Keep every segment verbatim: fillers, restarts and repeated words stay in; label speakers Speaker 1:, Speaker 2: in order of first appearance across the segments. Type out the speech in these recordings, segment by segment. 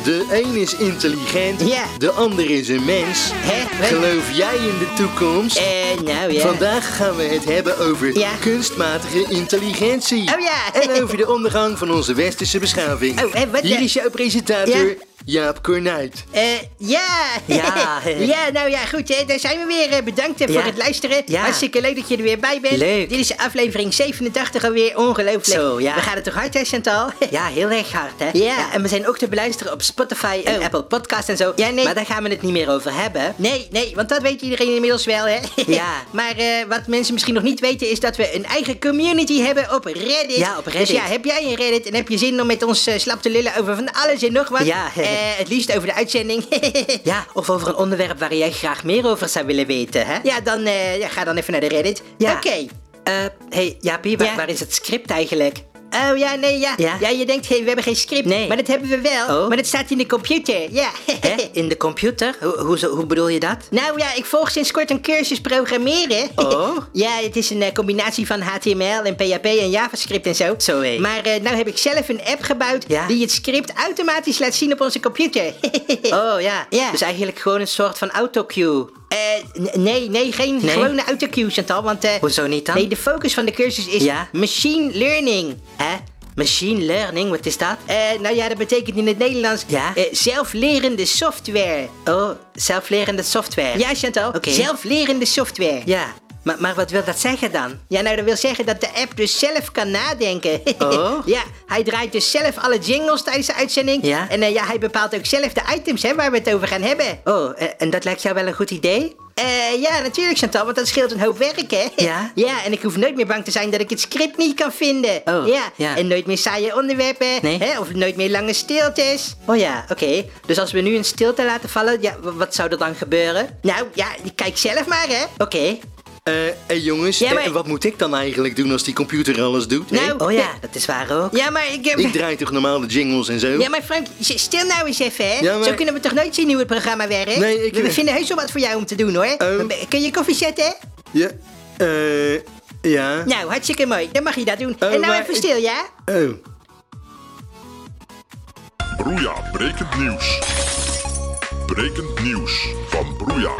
Speaker 1: De een is intelligent,
Speaker 2: Ja.
Speaker 1: de ander is een mens.
Speaker 2: Hè? Wat?
Speaker 1: Geloof jij in de toekomst?
Speaker 2: Eh, nou ja.
Speaker 1: Vandaag gaan we het hebben over
Speaker 2: Ja.
Speaker 1: kunstmatige intelligentie.
Speaker 2: Oh ja.
Speaker 1: En over de ondergang van onze westerse beschaving.
Speaker 2: Oh, hè, wat,
Speaker 1: Hier
Speaker 2: eh?
Speaker 1: is jouw presentator,
Speaker 2: Ja.
Speaker 1: Jaap Kornuit.
Speaker 2: Eh, ja.
Speaker 3: Ja.
Speaker 2: ja, nou ja, goed, hè. Daar zijn we weer. Eh, Bedankt eh, voor
Speaker 3: Ja.
Speaker 2: het luisteren.
Speaker 3: Ja.
Speaker 2: Hartstikke leuk dat je er weer bij bent.
Speaker 3: Leuk.
Speaker 2: Dit is aflevering zevenentachtig alweer. Ongelooflijk.
Speaker 3: Zo, ja.
Speaker 2: We gaan het toch hard, hè, Chantal?
Speaker 3: Ja, heel erg hard, hè?
Speaker 2: Ja.
Speaker 3: En we zijn ook te beluisteren op Spotify en
Speaker 2: Oh.
Speaker 3: Apple Podcast en zo.
Speaker 2: Ja, nee.
Speaker 3: Maar daar gaan we het niet meer over hebben.
Speaker 2: Nee, nee, want dat weet iedereen inmiddels wel, hè?
Speaker 3: Ja.
Speaker 2: Maar eh, wat mensen misschien nog niet weten is dat we een eigen community hebben op Reddit.
Speaker 3: Ja, op Reddit.
Speaker 2: Dus ja, heb jij een Reddit en heb je zin om met ons eh, slap te lullen over van alles en nog wat?
Speaker 3: Ja.
Speaker 2: Eh, het liefst over de uitzending.
Speaker 3: Ja, of over een onderwerp waar jij graag meer over zou willen weten, hè?
Speaker 2: Ja, dan eh, ja, ga dan even naar de Reddit.
Speaker 3: Ja.
Speaker 2: Oké.
Speaker 3: Eh, hey, Jaapie, waar,
Speaker 2: Ja.
Speaker 3: waar is het script eigenlijk?
Speaker 2: Oh ja, nee, ja.
Speaker 3: Ja.
Speaker 2: Ja, je denkt, hey, we hebben geen script.
Speaker 3: Nee.
Speaker 2: Maar dat hebben we wel.
Speaker 3: Oh.
Speaker 2: Maar dat staat in de computer, ja.
Speaker 3: Hè? In de computer? Hoe, hoe, zo- hoe bedoel je dat?
Speaker 2: Nou ja, ik volg sinds kort een cursus programmeren.
Speaker 3: Oh.
Speaker 2: Ja, het is een eh, combinatie van H T M L en P H P en JavaScript en zo.
Speaker 3: Zo, hé.
Speaker 2: Maar eh, nou heb ik zelf een app gebouwd
Speaker 3: Ja.
Speaker 2: die het script automatisch laat zien op onze computer.
Speaker 3: Oh ja.
Speaker 2: Ja.
Speaker 3: Dus eigenlijk gewoon een soort van autocue.
Speaker 2: Eh, n- nee, nee, geen
Speaker 3: Nee?
Speaker 2: gewone autocue, Chantal, want... eh,
Speaker 3: Hoezo niet dan?
Speaker 2: Nee, de focus van de cursus is
Speaker 3: Ja.
Speaker 2: machine learning.
Speaker 3: Hè? Machine learning, wat is dat?
Speaker 2: Eh, nou ja, dat betekent in het Nederlands
Speaker 3: Ja.
Speaker 2: eh, zelflerende software.
Speaker 3: Oh, zelflerende software.
Speaker 2: Ja, Chantal,
Speaker 3: Oké.
Speaker 2: zelflerende software.
Speaker 3: Ja, maar, maar wat wil dat zeggen dan?
Speaker 2: Ja, nou, dat wil zeggen dat de app dus zelf kan nadenken.
Speaker 3: Oh.
Speaker 2: Ja, hij draait dus zelf alle jingles tijdens de uitzending.
Speaker 3: Ja.
Speaker 2: En eh, ja, hij bepaalt ook zelf de items hè, waar we het over gaan hebben.
Speaker 3: Oh, eh, en dat lijkt jou wel een goed idee?
Speaker 2: Eh, ja, natuurlijk, Chantal, want dat scheelt een hoop werk, hè?
Speaker 3: Ja?
Speaker 2: Ja, en ik hoef nooit meer bang te zijn dat ik het script niet kan vinden.
Speaker 3: Oh,
Speaker 2: ja.
Speaker 3: ja.
Speaker 2: En nooit meer saaie onderwerpen.
Speaker 3: Nee.
Speaker 2: Hè? Of nooit meer lange stiltes.
Speaker 3: Oh ja, oké. Dus als we nu een stilte laten vallen, ja, w- wat zou er dan gebeuren?
Speaker 2: Nou, ja, kijk zelf maar, hè?
Speaker 3: Oké.
Speaker 1: Eh, hey jongens,
Speaker 2: Ja, maar-
Speaker 1: en wat moet ik dan eigenlijk doen als die computer alles doet? hè?
Speaker 2: Nou,
Speaker 3: Oh ja, dat is waar ook.
Speaker 2: Ja, maar ik... eh,
Speaker 1: Ik draai toch normaal de jingles en zo?
Speaker 2: Ja, maar Frank, s- stil nou eens even, hè?
Speaker 1: Ja, maar-
Speaker 2: Zo kunnen we toch nooit zien hoe het programma werkt?
Speaker 1: Nee, ik-
Speaker 2: We, we vinden heus wel wat voor jou om te doen, hoor.
Speaker 1: Oh.
Speaker 2: Kun je koffie zetten?
Speaker 1: Ja, eh, ja.
Speaker 2: Nou, hartstikke mooi. Dan mag je dat doen.
Speaker 1: Oh,
Speaker 2: en nou
Speaker 1: maar
Speaker 2: even
Speaker 1: ik-
Speaker 2: stil, ja?
Speaker 1: Oh.
Speaker 4: Broeia, brekend nieuws. Brekend nieuws van Broeia.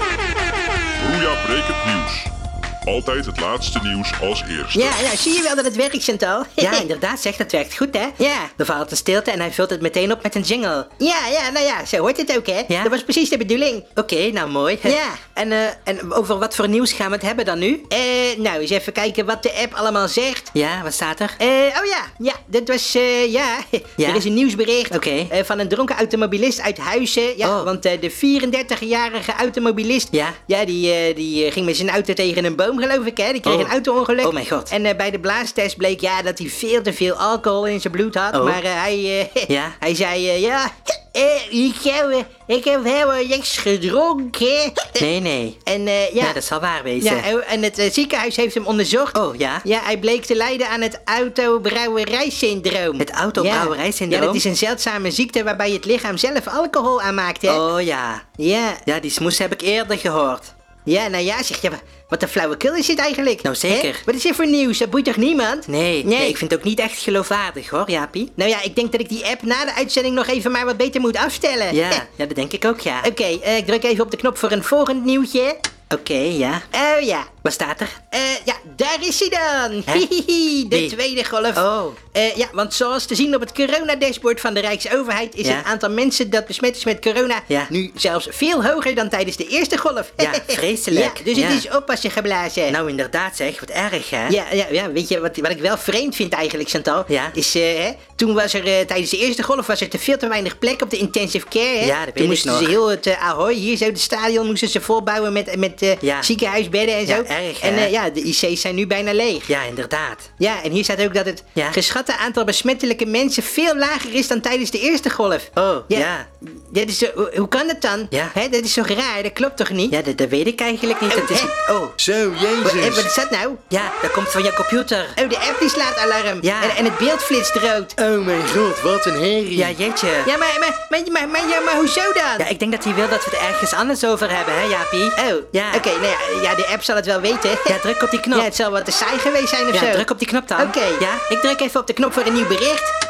Speaker 4: Broeia, brekend nieuws. Altijd het laatste nieuws als eerste.
Speaker 2: Ja, ja, zie je wel dat het werkt, Chantal?
Speaker 3: Ja, inderdaad, zeg, dat werkt goed, hè?
Speaker 2: Ja.
Speaker 3: Er valt een stilte en hij vult het meteen op met een jingle.
Speaker 2: Ja, ja, nou ja, zo hoort het ook, hè?
Speaker 3: Ja?
Speaker 2: Dat was precies de bedoeling.
Speaker 3: Oké, nou mooi.
Speaker 2: Ja.
Speaker 3: En, eh, en over wat voor nieuws gaan we het hebben dan nu?
Speaker 2: Eh, nou, eens even kijken wat de app allemaal zegt.
Speaker 3: Ja, wat staat er?
Speaker 2: Eh, oh ja, ja, dat was, eh, ja.
Speaker 3: Ja?
Speaker 2: Er is een nieuwsbericht
Speaker 3: Oké.
Speaker 2: eh, van een dronken automobilist uit Huizen. Ja,
Speaker 3: Oh.
Speaker 2: want eh, de vierendertigjarige automobilist,
Speaker 3: Ja?
Speaker 2: ja die, eh, die eh, ging met zijn auto tegen een boom, geloof ik, hè. Die kreeg
Speaker 3: Oh.
Speaker 2: een auto-ongeluk.
Speaker 3: Oh mijn god.
Speaker 2: En eh, bij de blaastest bleek, ja, dat hij veel te veel alcohol in zijn bloed had.
Speaker 3: Oh.
Speaker 2: Maar eh, hij, eh,
Speaker 3: Ja?
Speaker 2: hij zei, eh, ja, eh, ik, heb, eh, ik heb helemaal niks gedronken.
Speaker 3: Nee, nee.
Speaker 2: En eh, ja,
Speaker 3: Ja, dat zal waar wezen.
Speaker 2: ja, oh, en het eh, ziekenhuis heeft hem onderzocht.
Speaker 3: Oh, ja?
Speaker 2: Ja, hij bleek te lijden aan het autobrouwerijsyndroom.
Speaker 3: Het autobrouwerijsyndroom?
Speaker 2: Ja, dat is een zeldzame ziekte waarbij het lichaam zelf alcohol aanmaakt, hè?
Speaker 3: Oh ja.
Speaker 2: Ja,
Speaker 3: Ja, die smoes heb ik eerder gehoord.
Speaker 2: ja, nou ja, zeg je, wa- wat een flauwekul is dit eigenlijk?
Speaker 3: Nou, zeker.
Speaker 2: Hè? Wat is dit voor nieuws? Dat boeit toch niemand?
Speaker 3: Nee,
Speaker 2: Nee.
Speaker 3: nee, ik vind het ook niet echt geloofwaardig hoor, Jaapie.
Speaker 2: Nou ja, ik denk dat ik die app na de uitzending nog even maar wat beter moet afstellen.
Speaker 3: Ja, ja, dat denk ik ook, ja.
Speaker 2: Oké, eh, ik druk even op de knop voor een volgend nieuwtje.
Speaker 3: Oké, ja.
Speaker 2: Oh ja.
Speaker 3: Wat staat er?
Speaker 2: Eh, ja, daar is hij dan.
Speaker 3: Hè?
Speaker 2: Hihihi, de
Speaker 3: Wie?
Speaker 2: tweede golf.
Speaker 3: Oh.
Speaker 2: Eh, ja, want zoals te zien op het coronadashboard van de Rijksoverheid is
Speaker 3: Ja.
Speaker 2: het aantal mensen dat besmet is met corona
Speaker 3: Ja.
Speaker 2: nu zelfs veel hoger dan tijdens de eerste golf.
Speaker 3: Ja, vreselijk.
Speaker 2: Ja, dus het
Speaker 3: Ja.
Speaker 2: is oppassen geblazen.
Speaker 3: Nou, inderdaad zeg, wat erg hè?
Speaker 2: Ja, ja, ja, weet je wat, wat ik wel vreemd vind eigenlijk, Chantal?
Speaker 3: Ja.
Speaker 2: Is, eh, hè, toen was er eh, tijdens de eerste golf was er te veel te weinig plek op de intensive care, hè?
Speaker 3: Ja, dat weet
Speaker 2: Toen
Speaker 3: ik
Speaker 2: moesten
Speaker 3: nog.
Speaker 2: ze heel het uh, Ahoy, hier zo, het stadion, moesten ze volbouwen met, met eh,
Speaker 3: Ja.
Speaker 2: ziekenhuisbedden en zo.
Speaker 3: Ja, erg, hè?
Speaker 2: En eh, ja, de I C's zijn nu bijna leeg.
Speaker 3: Ja, inderdaad.
Speaker 2: Ja, en hier staat ook dat het
Speaker 3: Ja.
Speaker 2: geschatte aantal besmettelijke mensen veel lager is dan tijdens de eerste golf.
Speaker 3: Oh, ja.
Speaker 2: Dat is zo, hoe, hoe kan dat dan?
Speaker 3: Ja.
Speaker 2: Hè, dat is toch raar, dat klopt toch niet?
Speaker 3: Ja, dat, dat weet ik eigenlijk niet.
Speaker 2: Oh,
Speaker 3: Dat is...
Speaker 2: hè?
Speaker 3: oh.
Speaker 1: Zo,
Speaker 2: Wat, eh,
Speaker 1: jezus.
Speaker 2: wat is dat nou?
Speaker 3: Ja, dat komt van je computer.
Speaker 2: Oh, de app die slaat alarm.
Speaker 3: Ja.
Speaker 2: En, en het beeld flitst rood.
Speaker 1: Oh mijn god, wat een herrie.
Speaker 3: Ja, jeetje.
Speaker 2: Ja, maar, maar, maar, maar, maar, ja, maar hoezo dan?
Speaker 3: Ja, ik denk dat hij wil dat we het ergens anders over hebben, hè, Jaapie?
Speaker 2: Oh,
Speaker 3: Ja.
Speaker 2: Oké, nou ja, ja, de app zal het wel weten.
Speaker 3: Ja, druk op die knop.
Speaker 2: Ja, het zal wat te saai geweest zijn of
Speaker 3: Ja,
Speaker 2: zo.
Speaker 3: druk op die knop dan.
Speaker 2: Oké,
Speaker 3: Ja?
Speaker 2: ik druk even op de knop voor een nieuw bericht.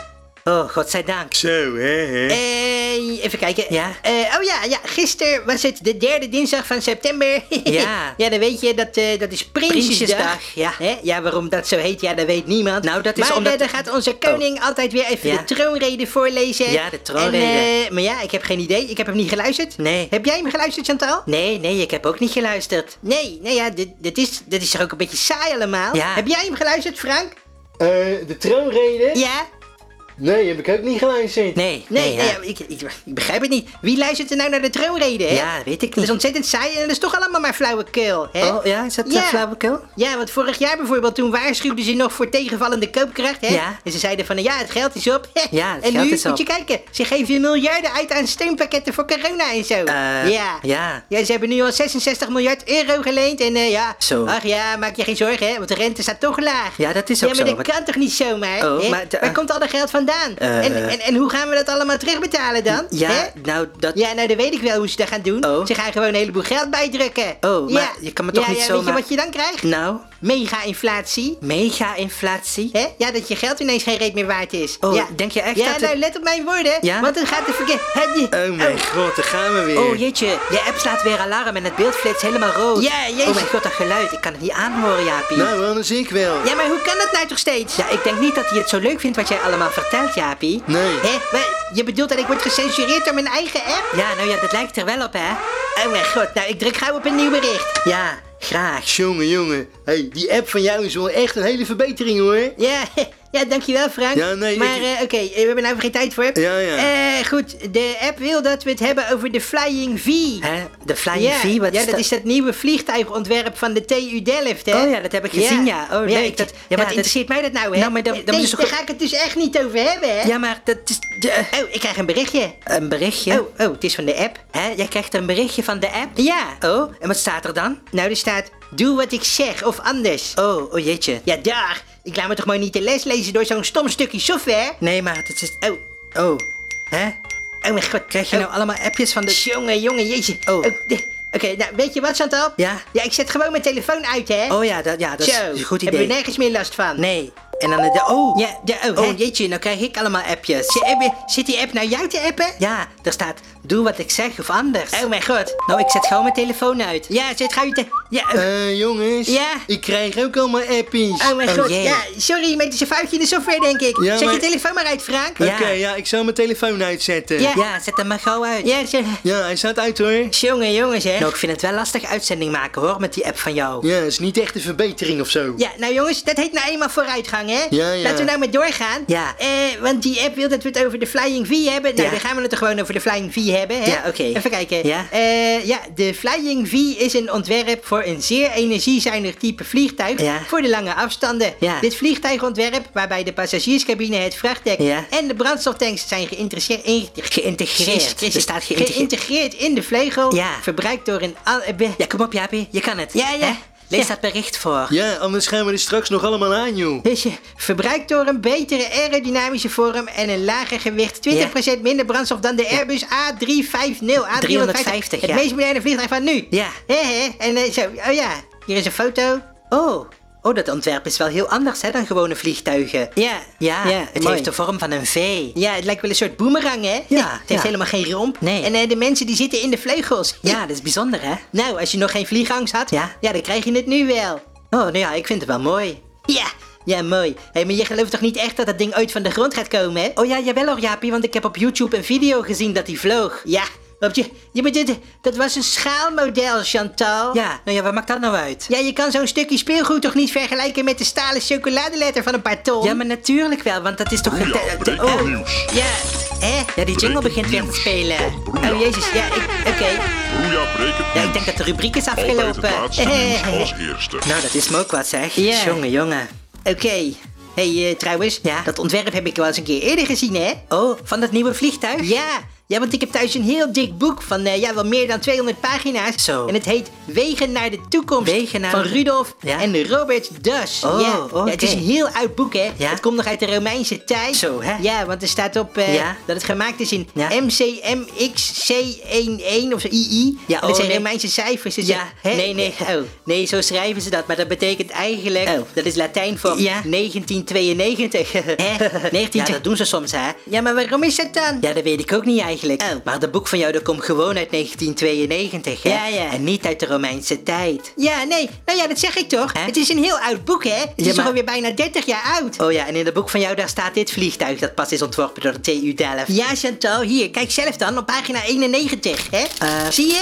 Speaker 3: Oh, godzijdank.
Speaker 1: Zo, hè, hè.
Speaker 2: Eh, even kijken.
Speaker 3: Ja?
Speaker 2: Eh, oh ja, ja, gisteren was het de derde dinsdag van september.
Speaker 3: Ja.
Speaker 2: Ja, dan weet je, dat, eh, dat is Prinsjesdag.
Speaker 3: Prinsjesdag, ja.
Speaker 2: Hè? Ja, waarom dat zo heet, ja, dat weet niemand.
Speaker 3: Nou, dat is
Speaker 2: maar,
Speaker 3: omdat...
Speaker 2: eh, dan gaat onze koning altijd weer even
Speaker 3: Ja.
Speaker 2: de troonrede voorlezen.
Speaker 3: Ja, de troonrede.
Speaker 2: En, eh, maar ja, ik heb geen idee. Ik heb hem niet geluisterd.
Speaker 3: Nee.
Speaker 2: Heb jij hem geluisterd, Chantal?
Speaker 3: Nee, nee, ik heb ook niet geluisterd.
Speaker 2: Nee, nee, ja, dit, dit, is, dit is toch ook een beetje saai allemaal?
Speaker 3: Ja.
Speaker 2: Heb jij hem geluisterd, Frank?
Speaker 1: Eh, de troonrede?
Speaker 2: Ja?
Speaker 1: Nee, heb ik ook niet geluisterd.
Speaker 3: Nee,
Speaker 2: Nee,
Speaker 3: nee, ja.
Speaker 2: nee, ja, ik, ik, ik begrijp het niet. Wie luistert er nou naar de troonrede, hè?
Speaker 3: Ja, weet ik
Speaker 2: Dat is
Speaker 3: niet.
Speaker 2: ontzettend saai en dat is toch allemaal maar flauwekul, hè?
Speaker 3: Oh, ja, is dat
Speaker 2: Ja.
Speaker 3: ja. flauwekul?
Speaker 2: Ja, want vorig jaar bijvoorbeeld, toen waarschuwden ze nog voor tegenvallende koopkracht, hè?
Speaker 3: Ja.
Speaker 2: En ze zeiden van, ja, het geld is op.
Speaker 3: Ja, het
Speaker 2: en
Speaker 3: geld
Speaker 2: nu,
Speaker 3: is op.
Speaker 2: moet je kijken, ze geven miljarden uit aan steunpakketten voor corona en zo.
Speaker 3: Eh,
Speaker 2: ja.
Speaker 3: ja.
Speaker 2: Ja, ze hebben nu al zesenzestig miljard euro geleend en eh, ja.
Speaker 3: Zo.
Speaker 2: Ach ja, maak je geen zorgen, hè, want de rente staat toch laag.
Speaker 3: Ja, dat is ook
Speaker 2: Ja, maar
Speaker 3: zo.
Speaker 2: dat
Speaker 3: want-
Speaker 2: kan toch niet zomaar?
Speaker 3: Oh,
Speaker 2: hè?
Speaker 3: maar de-
Speaker 2: Waar komt al dat geld vandaan?
Speaker 3: Eh,
Speaker 2: en, en, en hoe gaan we dat allemaal terugbetalen dan?
Speaker 3: Ja,
Speaker 2: Hè?
Speaker 3: nou, dat...
Speaker 2: Ja, nou, dan weet ik wel hoe ze dat gaan doen.
Speaker 3: Oh.
Speaker 2: Ze gaan gewoon een heleboel geld bijdrukken.
Speaker 3: Oh, maar je kan me toch
Speaker 2: ja,
Speaker 3: niet
Speaker 2: ja,
Speaker 3: zomaar-
Speaker 2: Weet je wat je dan krijgt?
Speaker 3: Nou,
Speaker 2: Mega-inflatie.
Speaker 3: mega-inflatie?
Speaker 2: Hè? Ja, dat je geld ineens geen reet meer waard is.
Speaker 3: Oh,
Speaker 2: ja.
Speaker 3: denk je echt
Speaker 2: ja,
Speaker 3: dat het-
Speaker 2: nou, let op mijn woorden.
Speaker 3: Ja?
Speaker 2: Want dan gaat de verkeer... Hè, die-
Speaker 1: Oh mijn god, daar gaan we weer.
Speaker 3: Oh jeetje, je app slaat weer alarm en het beeld flitst helemaal rood.
Speaker 2: Ja, jezus.
Speaker 3: Oh mijn god, dat geluid. Ik kan het niet aanhoren, Jaapie.
Speaker 1: Nou, anders ik wel.
Speaker 2: Ja, maar hoe kan dat nou toch steeds?
Speaker 3: Ja, ik denk niet dat hij het zo leuk vindt wat jij allemaal vertelt, Jaapie.
Speaker 1: Nee.
Speaker 2: Hè? Maar je bedoelt dat ik word gecensureerd door mijn eigen app?
Speaker 3: Ja, nou ja, dat lijkt er wel op, hè?
Speaker 2: Oh mijn god, nou, ik druk gauw op een nieuw bericht.
Speaker 3: Ja, graag.
Speaker 1: Jongen, jongen. Hey, die app van jou is wel echt een hele verbetering, hoor.
Speaker 2: Ja, ja, dankjewel Frank.
Speaker 1: Ja, nee,
Speaker 2: Maar
Speaker 1: ik-
Speaker 2: eh, oké, eh, we hebben nou even geen tijd voor.
Speaker 1: Ja, ja.
Speaker 2: Eh, goed, de app wil dat we het hebben over de Flying V.
Speaker 3: Hè? De Flying
Speaker 2: Ja,
Speaker 3: V, wat
Speaker 2: ja,
Speaker 3: is
Speaker 2: dat
Speaker 3: dat?
Speaker 2: is dat nieuwe vliegtuigontwerp van de T U Delft, hè?
Speaker 3: Oh ja, dat heb ik gezien, ja. Oh,
Speaker 2: ja,
Speaker 3: leuk.
Speaker 2: ik-
Speaker 3: Dat-
Speaker 2: ja,
Speaker 3: ja, maar
Speaker 2: wat
Speaker 3: dat-
Speaker 2: interesseert mij dat nou, hè?
Speaker 3: Nou, maar dan-
Speaker 2: Nee,
Speaker 3: dan
Speaker 2: nee,
Speaker 3: moet je
Speaker 2: daar
Speaker 3: toch-
Speaker 2: ga ik het dus echt niet over hebben, hè?
Speaker 3: Ja, maar dat is... De,
Speaker 2: Oh, ik krijg een berichtje.
Speaker 3: een berichtje?
Speaker 2: Oh, oh, het is van de app.
Speaker 3: Hè? Jij krijgt een berichtje van de app?
Speaker 2: Ja.
Speaker 3: Oh, en wat staat er dan?
Speaker 2: Nou, er staat, doe wat ik zeg, of anders.
Speaker 3: Oh, oh jeetje.
Speaker 2: Ja, daar. Ik laat me toch maar niet de les lezen door zo'n stom stukje software?
Speaker 3: Nee, maar het is...
Speaker 2: Oh,
Speaker 3: Oh, hè?
Speaker 2: oh mijn god.
Speaker 3: Krijg je
Speaker 2: Oh.
Speaker 3: nou allemaal appjes van de...
Speaker 2: Jongen, jongen, jeetje.
Speaker 3: Oh.
Speaker 2: de- Oké, nou, weet je wat, Chantal?
Speaker 3: Ja?
Speaker 2: Ja, ik zet gewoon mijn telefoon uit, hè?
Speaker 3: Oh ja, dat, ja, dat
Speaker 2: Zo,
Speaker 3: is een goed
Speaker 2: hebben
Speaker 3: idee.
Speaker 2: we nergens meer last van.
Speaker 3: Nee. En dan de... Oh!
Speaker 2: Ja, de, oh, hè?
Speaker 3: Oh jeetje, nou krijg ik allemaal appjes.
Speaker 2: Ze hebben- Zit die app nou jou te appen?
Speaker 3: Ja, er staat... Doe wat ik zeg of anders.
Speaker 2: Oh mijn god.
Speaker 3: Nou, ik zet gewoon mijn telefoon uit.
Speaker 2: Ja, zet gauw je te... Ja, oh,
Speaker 1: Eh, jongens.
Speaker 2: Ja?
Speaker 1: Ik krijg ook allemaal appies.
Speaker 2: oh mijn
Speaker 3: oh,
Speaker 2: god.
Speaker 3: jee.
Speaker 2: Ja, sorry, maar het is een foutje in de software, denk ik.
Speaker 1: Ja,
Speaker 2: Zet
Speaker 1: maar-
Speaker 2: je telefoon maar uit, Frank.
Speaker 3: Ja.
Speaker 1: Oké, ja, ik zal mijn telefoon uitzetten.
Speaker 2: Ja.
Speaker 3: Ja, zet hem maar gauw uit.
Speaker 2: Ja, zo...
Speaker 1: Ja, hij staat uit, hoor.
Speaker 2: Jongen, jongens, hè?
Speaker 3: Nou, ik vind het wel lastig uitzending maken, hoor, met die app van jou.
Speaker 1: Ja, is niet echt een verbetering of zo.
Speaker 2: Ja, nou jongens, dat heet nou eenmaal vooruitgang, hè?
Speaker 1: Ja, ja.
Speaker 2: Laten we nou maar doorgaan.
Speaker 3: Ja.
Speaker 2: Eh, want die app wil dat we het over de Flying V hebben. Nou,
Speaker 3: Ja.
Speaker 2: dan gaan we het er gewoon over de Flying V hebben, hè?
Speaker 3: Ja, oké.
Speaker 2: Even kijken.
Speaker 3: Ja.
Speaker 2: Eh, ja, de Flying V is een ontwerp voor een zeer energiezuinig type vliegtuig
Speaker 3: Ja.
Speaker 2: voor de lange afstanden.
Speaker 3: Ja.
Speaker 2: Dit vliegtuigontwerp, waarbij de passagierscabine, het vrachtdek
Speaker 3: Ja.
Speaker 2: en de brandstoftanks zijn geïnteresseerd... in-
Speaker 3: Geïntegreerd.
Speaker 2: Christus,
Speaker 3: Er staat geïntegreerd.
Speaker 2: geïntegreerd in de vleugel,
Speaker 3: Ja.
Speaker 2: verbruikt door een... al- eh, be-
Speaker 3: Ja, kom op, Jaapie. Je kan het.
Speaker 2: Ja, ja.
Speaker 3: Hè? Lees
Speaker 2: Ja.
Speaker 3: dat bericht voor.
Speaker 1: Ja, anders gaan we er straks nog allemaal aan, joh.
Speaker 2: Dus je verbruikt door een betere aerodynamische vorm en een lager gewicht twintig procent minder brandstof dan de Airbus A driehonderdvijftig. A
Speaker 3: driehonderdvijftig,
Speaker 2: Het
Speaker 3: ja.
Speaker 2: meest moderne vliegtuig van nu.
Speaker 3: Ja.
Speaker 2: Hè, hè? En eh, zo, oh ja, hier is een foto.
Speaker 3: Oh. Oh, dat ontwerp is wel heel anders, hè, dan gewone vliegtuigen.
Speaker 2: Ja,
Speaker 3: Ja, het
Speaker 2: mooi.
Speaker 3: heeft de vorm van een V.
Speaker 2: Ja, het lijkt wel een soort boemerang, hè?
Speaker 3: Ja,
Speaker 2: Het heeft
Speaker 3: ja.
Speaker 2: helemaal geen romp.
Speaker 3: Nee.
Speaker 2: En eh, de mensen die zitten in de vleugels.
Speaker 3: Ja, dat is bijzonder, hè?
Speaker 2: Nou, als je nog geen vliegangst had,
Speaker 3: Ja.
Speaker 2: ja, dan krijg je het nu wel.
Speaker 3: Oh, nou ja, ik vind het wel mooi.
Speaker 2: Ja, ja, mooi. Hé, maar je gelooft toch niet echt dat dat ding ooit van de grond gaat komen, hè?
Speaker 3: Oh ja, jawel hoor, Jaapie, want ik heb op YouTube een video gezien dat die vloog.
Speaker 2: Ja, op je, je bedoelt, dat was een schaalmodel, Chantal.
Speaker 3: Ja, nou ja, wat maakt dat nou uit?
Speaker 2: Ja, je kan zo'n stukje speelgoed toch niet vergelijken met de stalen chocoladeletter van een paar ton?
Speaker 3: Ja, maar natuurlijk wel, want dat is toch...
Speaker 4: Broeia,
Speaker 3: een-
Speaker 4: breekt
Speaker 3: oh,
Speaker 4: nieuws.
Speaker 2: Ja, hè?
Speaker 3: ja, die jingle begint weer te
Speaker 4: Nieuws
Speaker 3: spelen.
Speaker 4: van Broeia.
Speaker 2: Oh, jezus, ja, ik, oké.
Speaker 4: Broeia breekt
Speaker 3: Ja, ik
Speaker 4: nieuws.
Speaker 3: denk dat de rubriek is
Speaker 4: Altijd het
Speaker 3: afgelopen.
Speaker 4: laatste nieuws als eerste.
Speaker 3: Nou, dat is me ook wat, zeg.
Speaker 2: Ja.
Speaker 3: Jongen, jongen.
Speaker 2: Oké. Hé, hey, eh, trouwens,
Speaker 3: Ja?
Speaker 2: dat ontwerp heb ik wel eens een keer eerder gezien, hè?
Speaker 3: Oh, van dat nieuwe vliegtuig?
Speaker 2: Ja, Ja, want ik heb thuis een heel dik boek van uh, ja, wel meer dan tweehonderd pagina's.
Speaker 3: Zo.
Speaker 2: En het heet Wegen naar de toekomst.
Speaker 3: Wegen naar
Speaker 2: van
Speaker 3: de-
Speaker 2: Rudolf
Speaker 3: Ja.
Speaker 2: en Robert Das.
Speaker 3: Oh,
Speaker 2: ja.
Speaker 3: oké.
Speaker 2: Ja, het is een heel oud boek, hè.
Speaker 3: Ja.
Speaker 2: Het komt nog uit de Romeinse tijd.
Speaker 3: Zo, hè?
Speaker 2: Ja, want er staat op uh,
Speaker 3: Ja.
Speaker 2: dat het gemaakt is in
Speaker 3: Ja.
Speaker 2: M C M X C elf of zo, I I.
Speaker 3: Ja,
Speaker 2: en dat
Speaker 3: oh,
Speaker 2: zijn
Speaker 3: nee.
Speaker 2: Romeinse cijfers. Dus
Speaker 3: Ja,
Speaker 2: hè?
Speaker 3: nee, nee.
Speaker 2: Oh.
Speaker 3: Nee, zo schrijven ze dat. Maar dat betekent eigenlijk...
Speaker 2: Oh.
Speaker 3: Dat is Latijn voor
Speaker 2: Ja.
Speaker 3: negentien tweeënnegentig.
Speaker 2: Hè? negentien
Speaker 3: Ja, dat doen ze soms, hè.
Speaker 2: Ja, maar waarom is dat dan?
Speaker 3: Ja, dat weet ik ook niet eigenlijk.
Speaker 2: Oh.
Speaker 3: Maar dat boek van jou, dat komt gewoon uit negentien tweeënnegentig, hè.
Speaker 2: Ja, ja.
Speaker 3: En niet uit de Romeinse tijd.
Speaker 2: Ja, nee. Nou ja, dat zeg ik toch.
Speaker 3: Hè?
Speaker 2: Het is een heel oud boek, hè? Het is
Speaker 3: Ja,
Speaker 2: toch
Speaker 3: maar-
Speaker 2: alweer bijna dertig jaar oud.
Speaker 3: Oh ja, en in het boek van jou, daar staat dit vliegtuig dat pas is ontworpen door de T U Delft.
Speaker 2: Ja, Chantal, hier, kijk zelf dan op pagina eenennegentig, hè?
Speaker 3: Eh.
Speaker 2: Zie je?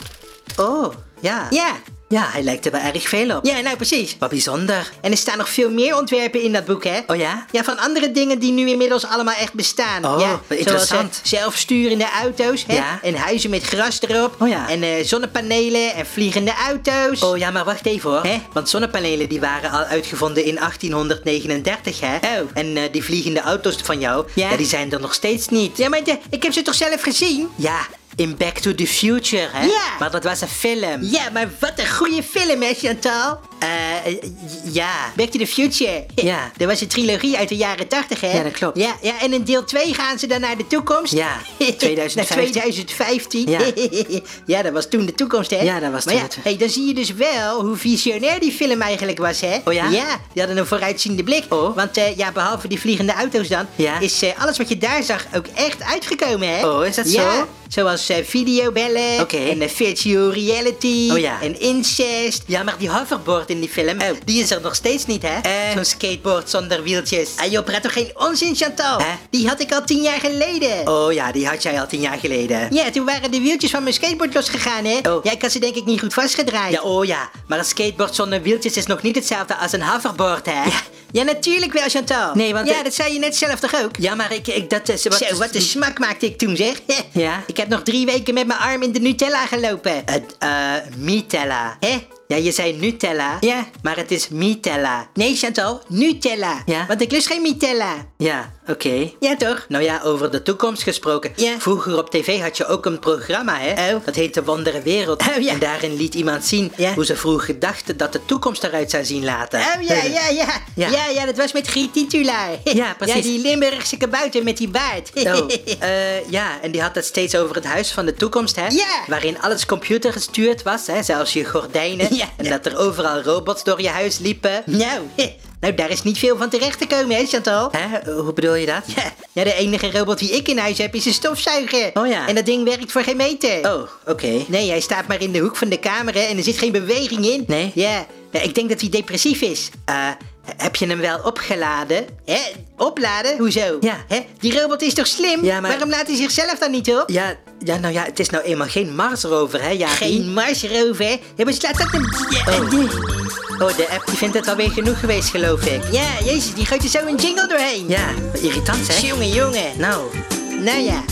Speaker 3: Oh, ja.
Speaker 2: Ja.
Speaker 3: Ja, hij lijkt er wel erg veel op.
Speaker 2: Ja, nou precies.
Speaker 3: Wat bijzonder.
Speaker 2: En er staan nog veel meer ontwerpen in dat boek, hè?
Speaker 3: Oh ja?
Speaker 2: Ja, van andere dingen die nu inmiddels allemaal echt bestaan.
Speaker 3: Oh,
Speaker 2: ja,
Speaker 3: wat
Speaker 2: zoals
Speaker 3: interessant.
Speaker 2: eh, zelfsturende auto's, hè?
Speaker 3: Ja.
Speaker 2: En huizen met gras erop.
Speaker 3: Oh ja.
Speaker 2: En eh, zonnepanelen en vliegende auto's.
Speaker 3: Oh ja, maar wacht even hoor.
Speaker 2: Hè?
Speaker 3: Want zonnepanelen die waren al uitgevonden in achttienhonderdnegenendertig, hè?
Speaker 2: Oh.
Speaker 3: En eh, die vliegende auto's van jou,
Speaker 2: Ja?
Speaker 3: ja, die zijn er nog steeds niet.
Speaker 2: Ja, maar de- ik heb ze toch zelf gezien?
Speaker 3: Ja, in Back to the Future, hè?
Speaker 2: Ja.
Speaker 3: Maar dat was een film.
Speaker 2: Ja, maar wat een goede film, hè, Chantal?
Speaker 3: Eh, eh, ja.
Speaker 2: Back to the Future.
Speaker 3: Ja.
Speaker 2: Dat was een trilogie uit de jaren tachtig, hè?
Speaker 3: Ja, dat klopt.
Speaker 2: Ja, ja, en in deel twee gaan ze dan naar de toekomst.
Speaker 3: Ja, tweeduizend
Speaker 2: naar
Speaker 3: vijftien.
Speaker 2: tweeduizend vijftien.
Speaker 3: Ja.
Speaker 2: ja, dat was toen de toekomst, hè?
Speaker 3: Ja, dat was
Speaker 2: maar
Speaker 3: toen
Speaker 2: ja,
Speaker 3: het-
Speaker 2: hey, dan zie je dus wel hoe visionair die film eigenlijk was, hè?
Speaker 3: Oh ja?
Speaker 2: Ja, die hadden een vooruitziende blik.
Speaker 3: Oh.
Speaker 2: Want eh, ja, behalve die vliegende auto's dan,
Speaker 3: Ja.
Speaker 2: is eh, alles wat je daar zag ook echt uitgekomen, hè?
Speaker 3: Oh, is dat
Speaker 2: ja,
Speaker 3: zo?
Speaker 2: Zoals eh, videobellen
Speaker 3: Oké.
Speaker 2: en eh, virtual reality
Speaker 3: Oh ja.
Speaker 2: en incest.
Speaker 3: Ja, maar die hoverboard in die film,
Speaker 2: Oh.
Speaker 3: die is er nog steeds niet, hè?
Speaker 2: Eh.
Speaker 3: Zo'n skateboard zonder wieltjes.
Speaker 2: Ah joh, praat toch geen onzin, Chantal?
Speaker 3: Hè?
Speaker 2: Die had ik al tien jaar geleden.
Speaker 3: Oh ja, die had jij al tien jaar geleden.
Speaker 2: Ja, toen waren de wieltjes van mijn skateboard losgegaan, hè?
Speaker 3: Oh.
Speaker 2: Ja, ik had ze denk ik niet goed vastgedraaid.
Speaker 3: Ja, oh ja. Maar een skateboard zonder wieltjes is nog niet hetzelfde als een hoverboard, hè?
Speaker 2: Ja, ja, natuurlijk wel, Chantal.
Speaker 3: Nee, want
Speaker 2: Ja,
Speaker 3: ik-
Speaker 2: dat zei je net zelf toch ook?
Speaker 3: Ja, maar ik, ik dat is... Wat,
Speaker 2: Zo, wat een smak maakte ik toen, zeg.
Speaker 3: Ja?
Speaker 2: Ik heb nog drie weken met mijn arm in de Nutella gelopen.
Speaker 3: Het, eh, Mitella.
Speaker 2: Hè?
Speaker 3: Ja, je zei Nutella.
Speaker 2: Ja.
Speaker 3: Maar het is Mitella.
Speaker 2: Nee, Chantal, Nutella.
Speaker 3: Ja?
Speaker 2: Want ik lust geen Mitella.
Speaker 3: Ja, oké.
Speaker 2: Ja, toch?
Speaker 3: Nou ja, over de toekomst gesproken.
Speaker 2: Ja.
Speaker 3: Vroeger op tv had je ook een programma, hè?
Speaker 2: Oh.
Speaker 3: Dat heette Wondere Wereld.
Speaker 2: Oh, ja.
Speaker 3: En daarin liet iemand zien
Speaker 2: Ja.
Speaker 3: hoe ze vroeger dachten dat de toekomst eruit zou zien later.
Speaker 2: Oh ja, ja, ja. Ja,
Speaker 3: Ja.
Speaker 2: ja, dat was met Griet Titulaar.
Speaker 3: Ja, precies.
Speaker 2: Ja, die Limburgse kabouter met die baard.
Speaker 3: Oh, eh, ja, en die had het steeds over het huis van de toekomst, hè?
Speaker 2: Ja.
Speaker 3: Waarin alles computergestuurd was, hè? Zelfs je gordijnen.
Speaker 2: Ja.
Speaker 3: En dat er overal robots door je huis liepen.
Speaker 2: Nou, nou, daar is niet veel van terecht te komen, hè, Chantal?
Speaker 3: Hè? Hoe bedoel je dat?
Speaker 2: Ja, ja, de enige robot die ik in huis heb is een stofzuiger.
Speaker 3: Oh ja.
Speaker 2: En dat ding werkt voor geen meter.
Speaker 3: Oh, oké.
Speaker 2: Nee, hij staat maar in de hoek van de kamer hè, en er zit geen beweging in.
Speaker 3: Nee?
Speaker 2: Ja, ja, ik denk dat hij depressief is.
Speaker 3: Eh, heb je hem wel opgeladen?
Speaker 2: Hè? Opladen? Hoezo?
Speaker 3: Ja.
Speaker 2: Hè? Die robot is toch slim?
Speaker 3: Ja, maar-
Speaker 2: Waarom laat hij zichzelf dan niet op?
Speaker 3: Ja, ja, nou ja, het is nou eenmaal geen Marsrover, hè, ja.
Speaker 2: Geen Marsrover. Ja, maar slaat dat een... Ja,
Speaker 3: Oh.
Speaker 2: die-
Speaker 3: Oh, de app die vindt het alweer genoeg geweest, geloof ik.
Speaker 2: ja, jezus, die gooit er zo een jingle doorheen.
Speaker 3: Ja, wat irritant, hè?
Speaker 2: Jongen, jongen.
Speaker 3: Nou,
Speaker 2: Nou ja.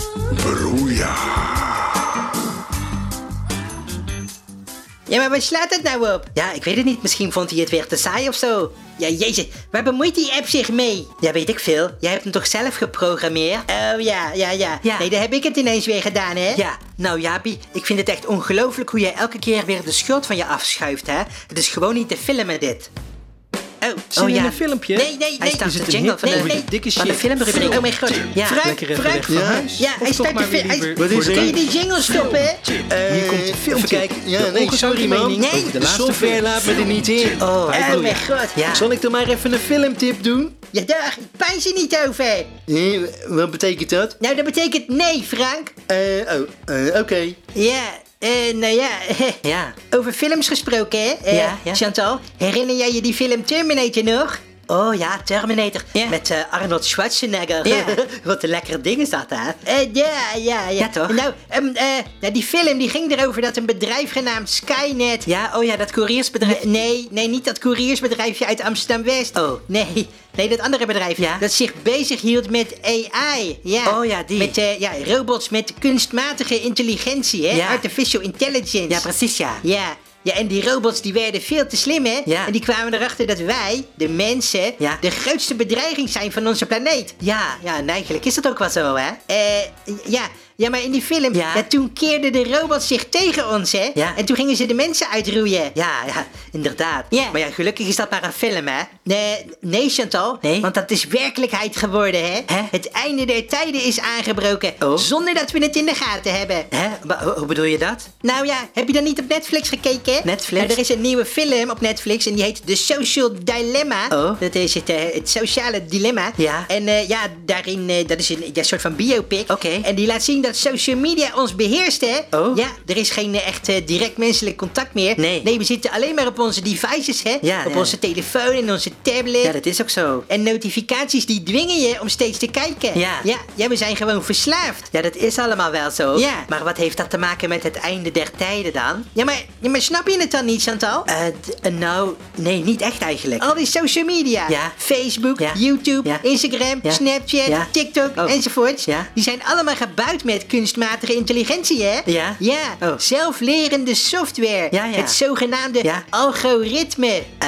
Speaker 4: Broeia.
Speaker 2: Ja, maar waar slaat het nou op?
Speaker 3: ja, ik weet het niet. Misschien vond hij het weer te saai of zo.
Speaker 2: Ja, jezus, waar bemoeit die app zich mee?
Speaker 3: Ja, weet ik veel. Jij hebt hem toch zelf geprogrammeerd?
Speaker 2: Oh ja, ja, ja.
Speaker 3: Ja.
Speaker 2: Nee, daar heb ik het ineens weer gedaan, hè?
Speaker 3: Ja, nou Jaapie, ik vind het echt ongelooflijk hoe jij elke keer weer de schuld van je afschuift, hè? Het is gewoon niet te filmen, dit.
Speaker 2: Oh,
Speaker 1: Zin
Speaker 3: Oh,
Speaker 1: in
Speaker 3: ja.
Speaker 1: een filmpje?
Speaker 2: Nee, nee,
Speaker 3: Hij
Speaker 2: nee.
Speaker 3: staat
Speaker 1: Is
Speaker 3: de
Speaker 1: het een
Speaker 3: jingle
Speaker 1: hit?
Speaker 3: van de,
Speaker 2: Nee, nee.
Speaker 1: Dikke
Speaker 3: van de
Speaker 1: shit.
Speaker 3: filmrubriek.
Speaker 2: Oh mijn god.
Speaker 3: Ja.
Speaker 2: Frank,
Speaker 1: Lekker even
Speaker 2: Frank.
Speaker 1: weg van
Speaker 2: Ja,
Speaker 1: huis.
Speaker 2: Ja,
Speaker 1: Of
Speaker 2: hij
Speaker 1: toch
Speaker 2: start
Speaker 1: maar
Speaker 2: de
Speaker 1: weer
Speaker 2: film.
Speaker 1: liever
Speaker 2: hij-
Speaker 1: voor de
Speaker 2: Kun je
Speaker 1: zee?
Speaker 2: die jingle stoppen?
Speaker 1: Hier komt een filmpje. Even kijken. Ja,
Speaker 2: De
Speaker 1: nee, sorry man.
Speaker 2: ongezouten mening.
Speaker 1: De
Speaker 2: Nee.
Speaker 1: software laat me er niet in.
Speaker 3: Oh,
Speaker 2: Oh mijn god.
Speaker 3: Ja.
Speaker 1: Zal ik er maar even een filmtip doen?
Speaker 2: Ja, daar pijn ze niet over.
Speaker 1: Eh, wat betekent dat?
Speaker 2: Nou, dat betekent nee, Frank.
Speaker 1: Eh, oh, eh, oké.
Speaker 2: Ja, eh, nou ja.
Speaker 3: Ja.
Speaker 2: Over films gesproken, hè? Eh,
Speaker 3: Ja, ja.
Speaker 2: Chantal, herinner jij je die film Terminator nog?
Speaker 3: Oh ja, Terminator.
Speaker 2: Ja.
Speaker 3: Met eh, Arnold Schwarzenegger.
Speaker 2: Ja.
Speaker 3: Wat een lekker ding is dat, hè?
Speaker 2: Eh, ja, ja, ja.
Speaker 3: Ja, toch?
Speaker 2: Nou, ehm, eh, nou, die film die ging erover dat een bedrijf genaamd Skynet...
Speaker 3: Ja, oh ja, dat couriersbedrijf.
Speaker 2: Nee, nee, niet dat couriersbedrijfje uit Amsterdam-West.
Speaker 3: Oh.
Speaker 2: Nee, nee, dat andere bedrijf.
Speaker 3: Ja?
Speaker 2: Dat zich bezig hield met A I. Ja.
Speaker 3: Oh ja, die.
Speaker 2: Met eh, ja, robots met kunstmatige intelligentie, hè?
Speaker 3: Ja.
Speaker 2: Artificial intelligence.
Speaker 3: Ja, precies, ja.
Speaker 2: Ja. Ja, en die robots die werden veel te slim, hè?
Speaker 3: Ja.
Speaker 2: En die kwamen erachter dat wij, de mensen,
Speaker 3: Ja.
Speaker 2: de grootste bedreiging zijn van onze planeet.
Speaker 3: Ja, ja, en eigenlijk is dat ook wel zo, hè?
Speaker 2: Eh, ja, ja, maar in die film,
Speaker 3: Ja.
Speaker 2: ja, toen keerden de robots zich tegen ons, hè?
Speaker 3: Ja.
Speaker 2: En toen gingen ze de mensen uitroeien.
Speaker 3: Ja, ja, inderdaad.
Speaker 2: Ja.
Speaker 3: Maar ja, gelukkig is dat maar een film, hè?
Speaker 2: Nee, nee, Chantal.
Speaker 3: Nee?
Speaker 2: Want dat is werkelijkheid geworden, hè?
Speaker 3: Hè?
Speaker 2: Het einde der tijden is aangebroken.
Speaker 3: Oh.
Speaker 2: Zonder dat we het in de gaten hebben.
Speaker 3: Hè? Maar hoe, hoe bedoel je dat?
Speaker 2: Nou ja, heb je dan niet op Netflix gekeken?
Speaker 3: Netflix?
Speaker 2: Nou, er is een nieuwe film op Netflix en die heet The Social Dilemma.
Speaker 3: Oh.
Speaker 2: Dat is het, eh, het sociale dilemma.
Speaker 3: Ja.
Speaker 2: En eh, ja, daarin, eh, dat is een ja, soort van biopic.
Speaker 3: Oké.
Speaker 2: En die laat zien dat social media ons beheerst, hè?
Speaker 3: Oh.
Speaker 2: Ja, er is geen eh, echt eh, direct menselijk contact meer.
Speaker 3: Nee.
Speaker 2: Nee, we zitten alleen maar op onze devices, hè?
Speaker 3: Ja,
Speaker 2: op
Speaker 3: ja.
Speaker 2: onze telefoon en onze tablet.
Speaker 3: Ja, dat is ook zo.
Speaker 2: En notificaties die dwingen je om steeds te kijken.
Speaker 3: Ja.
Speaker 2: Ja, ja, we zijn gewoon verslaafd.
Speaker 3: Ja, dat is allemaal wel zo.
Speaker 2: Ja.
Speaker 3: Maar wat heeft dat te maken met het einde der tijden dan?
Speaker 2: Ja, maar, ja, maar snap je het dan niet, Chantal?
Speaker 3: Eh, d- eh, nou, nee, niet echt eigenlijk.
Speaker 2: Al die social media.
Speaker 3: Ja.
Speaker 2: Facebook,
Speaker 3: Ja.
Speaker 2: YouTube,
Speaker 3: Ja.
Speaker 2: Instagram,
Speaker 3: Ja.
Speaker 2: Snapchat,
Speaker 3: Ja.
Speaker 2: TikTok
Speaker 3: Oh.
Speaker 2: enzovoorts.
Speaker 3: Ja.
Speaker 2: Die zijn allemaal gebouwd met kunstmatige intelligentie, hè?
Speaker 3: Ja.
Speaker 2: Ja,
Speaker 3: Oh.
Speaker 2: zelflerende software.
Speaker 3: Ja, ja.
Speaker 2: Het zogenaamde
Speaker 3: Ja.
Speaker 2: algoritme.
Speaker 3: Eh,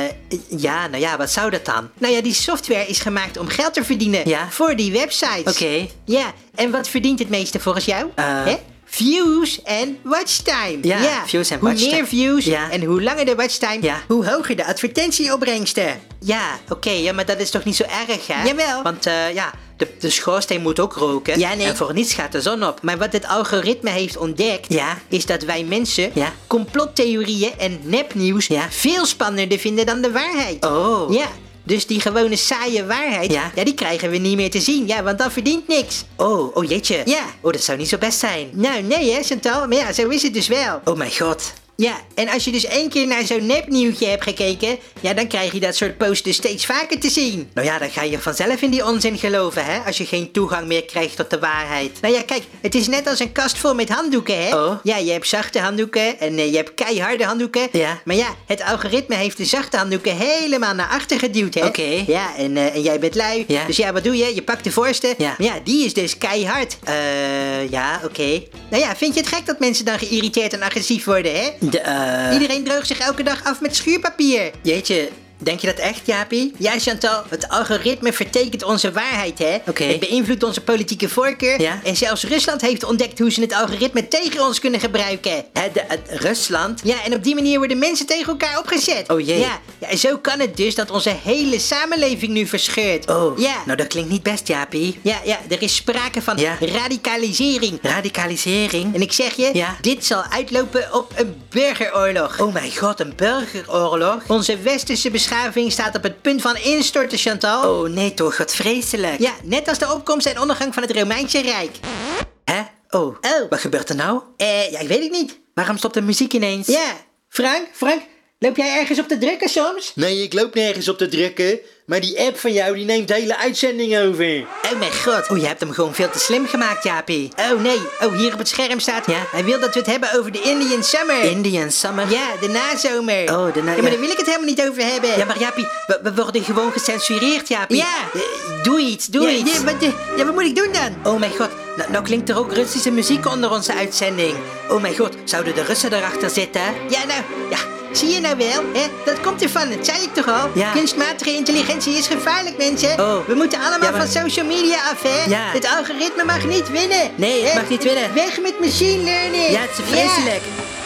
Speaker 3: ja, nou ja, wat zou dat dan?
Speaker 2: Nou ja, die software is gemaakt om geld te verdienen.
Speaker 3: Ja.
Speaker 2: Voor die websites.
Speaker 3: Oké.
Speaker 2: Ja, en wat verdient het meeste volgens jou?
Speaker 3: Eh.
Speaker 2: Hè? Views en watchtime.
Speaker 3: Ja, views en
Speaker 2: hoe
Speaker 3: watchtime.
Speaker 2: meer views
Speaker 3: Ja.
Speaker 2: en hoe langer de watchtime,
Speaker 3: Ja.
Speaker 2: hoe hoger de advertentieopbrengsten.
Speaker 3: Ja, oké, ja, maar dat is toch niet zo erg, hè?
Speaker 2: Jawel.
Speaker 3: Want, eh, ja, de, de schoorsteen moet ook roken.
Speaker 2: Ja, nee.
Speaker 3: En voor niets gaat de zon op.
Speaker 2: Maar wat het algoritme heeft ontdekt,
Speaker 3: Ja.
Speaker 2: is dat wij mensen
Speaker 3: Ja.
Speaker 2: complottheorieën en nepnieuws
Speaker 3: Ja.
Speaker 2: veel spannender vinden dan de waarheid.
Speaker 3: Oh.
Speaker 2: Ja, dus die gewone saaie waarheid,
Speaker 3: Ja.
Speaker 2: ja, die krijgen we niet meer te zien. Ja, want dat verdient niks.
Speaker 3: Oh, oh jeetje.
Speaker 2: Ja.
Speaker 3: Oh, dat zou niet zo best zijn.
Speaker 2: Nou, nee hè, Chantal, maar ja, zo is het dus wel.
Speaker 3: Oh mijn god.
Speaker 2: Ja, en als je dus één keer naar zo'n nepnieuwtje hebt gekeken, ja, dan krijg je dat soort posts dus steeds vaker te zien.
Speaker 3: Nou ja, dan ga je vanzelf in die onzin geloven, hè? Als je geen toegang meer krijgt tot de waarheid.
Speaker 2: Nou ja, kijk, het is net als een kast vol met handdoeken, hè?
Speaker 3: Oh.
Speaker 2: Ja, je hebt zachte handdoeken en eh, je hebt keiharde handdoeken.
Speaker 3: Ja.
Speaker 2: Maar ja, het algoritme heeft de zachte handdoeken helemaal naar achter geduwd, hè?
Speaker 3: Oké.
Speaker 2: Ja, en, eh, en jij bent lui.
Speaker 3: Ja.
Speaker 2: Dus ja, wat doe je? Je pakt de voorste.
Speaker 3: Ja.
Speaker 2: Maar ja, die is dus keihard.
Speaker 3: Eh, ja, oké.
Speaker 2: Nou ja, vind je het gek dat mensen dan geïrriteerd en agressief worden, hè?
Speaker 3: De, eh...
Speaker 2: Iedereen droogt zich elke dag af met schuurpapier.
Speaker 3: Jeetje, denk je dat echt, Jaapie?
Speaker 2: Ja, Chantal, het algoritme vertekent onze waarheid, hè?
Speaker 3: Oké.
Speaker 2: Het beïnvloedt onze politieke voorkeur.
Speaker 3: Ja.
Speaker 2: En zelfs Rusland heeft ontdekt hoe ze het algoritme tegen ons kunnen gebruiken.
Speaker 3: Hè, de, het Rusland?
Speaker 2: Ja, en op die manier worden mensen tegen elkaar opgezet.
Speaker 3: Oh jee.
Speaker 2: Ja, ja, en zo kan het dus dat onze hele samenleving nu verscheurt.
Speaker 3: Oh,
Speaker 2: Ja.
Speaker 3: nou dat klinkt niet best, Jaapie.
Speaker 2: Ja, ja, er is sprake van
Speaker 3: Ja.
Speaker 2: radicalisering.
Speaker 3: Radicalisering?
Speaker 2: En ik zeg je,
Speaker 3: Ja.
Speaker 2: dit zal uitlopen op een burgeroorlog.
Speaker 3: Oh mijn god, een burgeroorlog?
Speaker 2: Onze westerse beschaving staat op het punt van instorten, Chantal.
Speaker 3: Oh nee toch, wat vreselijk.
Speaker 2: Ja, net als de opkomst en ondergang van het Romeinse Rijk.
Speaker 3: Hè? Oh.
Speaker 2: Oh.
Speaker 3: Wat gebeurt er nou?
Speaker 2: Eh, ja, ik weet het niet.
Speaker 3: Waarom stopt de muziek ineens?
Speaker 2: Ja, Frank, Frank, loop jij ergens op te drukken soms?
Speaker 1: Nee, ik loop nergens op te drukken. Maar die app van jou, die neemt de hele uitzending over.
Speaker 2: Oh mijn god.
Speaker 3: Oh, je hebt hem gewoon veel te slim gemaakt, Jaapie.
Speaker 2: Oh nee, oh hier op het scherm staat,
Speaker 3: Ja.
Speaker 2: hij wil dat we het hebben over de Indian Summer.
Speaker 3: Indian Summer?
Speaker 2: Ja, de nazomer.
Speaker 3: Oh, de na-
Speaker 2: Ja, maar
Speaker 3: ja.
Speaker 2: daar wil ik het helemaal niet over hebben.
Speaker 3: Ja, maar Jaapie, we, we worden gewoon gecensureerd, Jaapie.
Speaker 2: Ja.
Speaker 3: Eh, doe iets, doe
Speaker 2: ja,
Speaker 3: iets.
Speaker 2: ja, wat, eh, ja, wat moet ik doen dan?
Speaker 3: Oh mijn god, nou, nou klinkt er ook Russische muziek onder onze uitzending. Oh mijn god, zouden de Russen erachter zitten?
Speaker 2: Ja, nou, ja, zie je nou wel, hè? Dat komt ervan, dat zei ik toch al?
Speaker 3: Ja.
Speaker 2: Kunstmatige intelligentie is gevaarlijk, mensen.
Speaker 3: Oh.
Speaker 2: We moeten allemaal
Speaker 3: Ja, maar-
Speaker 2: van social media af, hè?
Speaker 3: Ja.
Speaker 2: Het algoritme mag niet winnen.
Speaker 3: Nee, het
Speaker 2: hè?
Speaker 3: mag niet winnen.
Speaker 2: Weg met machine learning.
Speaker 3: Ja, het is vreselijk.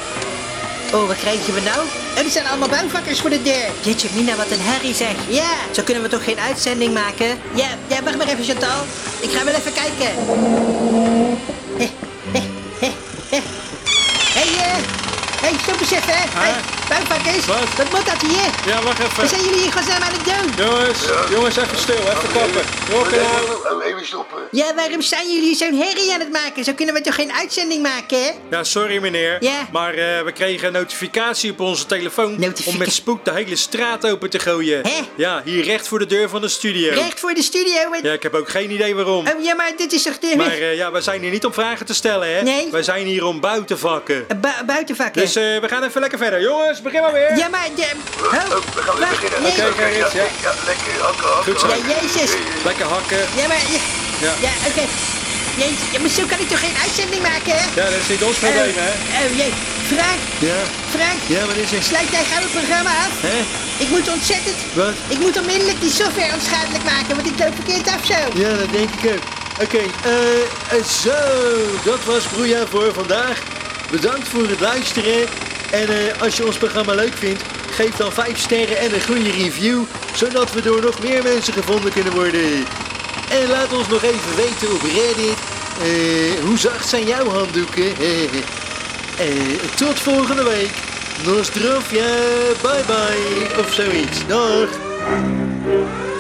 Speaker 3: Oh, wat krijgen we nou?
Speaker 2: Ja. Er zijn allemaal bouwvakkers voor de deur.
Speaker 3: Jeetje mina, wat een herrie zeg.
Speaker 2: Ja.
Speaker 3: Zo kunnen we toch geen uitzending maken?
Speaker 2: Ja, ja, wacht maar even, Chantal. Ik ga wel even kijken. Hé, hé, hé, hé. Hé, eh. Hé, stop eens even, hè. Hey, bouwvakkers.
Speaker 5: Wat?
Speaker 2: Wat moet dat hier?
Speaker 5: Ja, wacht
Speaker 2: Wat
Speaker 5: even.
Speaker 2: zijn jullie hier godsnaam aan het doen?
Speaker 5: Jongens, jongens, even stil, even kappen. Rokken nou.
Speaker 1: Oh, even stoppen.
Speaker 2: Ja, waarom zijn jullie zo'n herrie aan het maken? Zo kunnen we toch geen uitzending maken, hè?
Speaker 5: Ja, sorry meneer.
Speaker 2: Ja.
Speaker 5: Maar eh, we kregen een notificatie op onze telefoon
Speaker 2: Notifica-
Speaker 5: om met spoed de hele straat open te gooien.
Speaker 2: Hè?
Speaker 5: Ja, hier recht voor de deur van de studio.
Speaker 2: Recht voor de studio. En...
Speaker 5: Ja, ik heb ook geen idee waarom.
Speaker 2: Oh ja, maar dit is toch de...
Speaker 5: Maar eh, ja, wij zijn hier niet om vragen te stellen, hè?
Speaker 2: Nee.
Speaker 5: Wij zijn hier om buitenvakken.
Speaker 2: Eh, bu- buitenvakken.
Speaker 5: Dus eh, we gaan even lekker verder. Jongens, begin maar weer.
Speaker 2: Ja, maar... De... Oh,
Speaker 1: we gaan weer
Speaker 2: wacht,
Speaker 1: beginnen.
Speaker 2: nee.
Speaker 5: Oké, Gerrit, ja.
Speaker 1: Ja, lekker hakken, hakken.
Speaker 5: Goed zo.
Speaker 2: Ja, jezus.
Speaker 5: Lekker hakken.
Speaker 2: Ja, maar... Ja,
Speaker 5: Ja.
Speaker 2: ja oké. Jezus, ja, maar zo kan ik toch geen uitzending maken, hè?
Speaker 5: Ja, dat is niet ons probleem, hè?
Speaker 2: Oh, oh jee. Frank,
Speaker 1: Ja?
Speaker 2: Frank,
Speaker 1: Ja, wat is er?
Speaker 2: sluit jij gauw het programma af?
Speaker 1: Hè?
Speaker 2: Ik moet ontzettend...
Speaker 1: Wat?
Speaker 2: Ik moet onmiddellijk die software onschadelijk maken, want ik loop verkeerd af zo.
Speaker 1: Ja, dat denk ik ook. Oké, eh, eh, zo, dat was Broeia voor vandaag. Bedankt voor het luisteren. En eh, als je ons programma leuk vindt, geef dan vijf sterren en een goede review, zodat we door nog meer mensen gevonden kunnen worden. En laat ons nog even weten op Reddit, eh, hoe zacht zijn jouw handdoeken? eh, tot volgende week. Nostrovia, bye bye, of zoiets. Dag.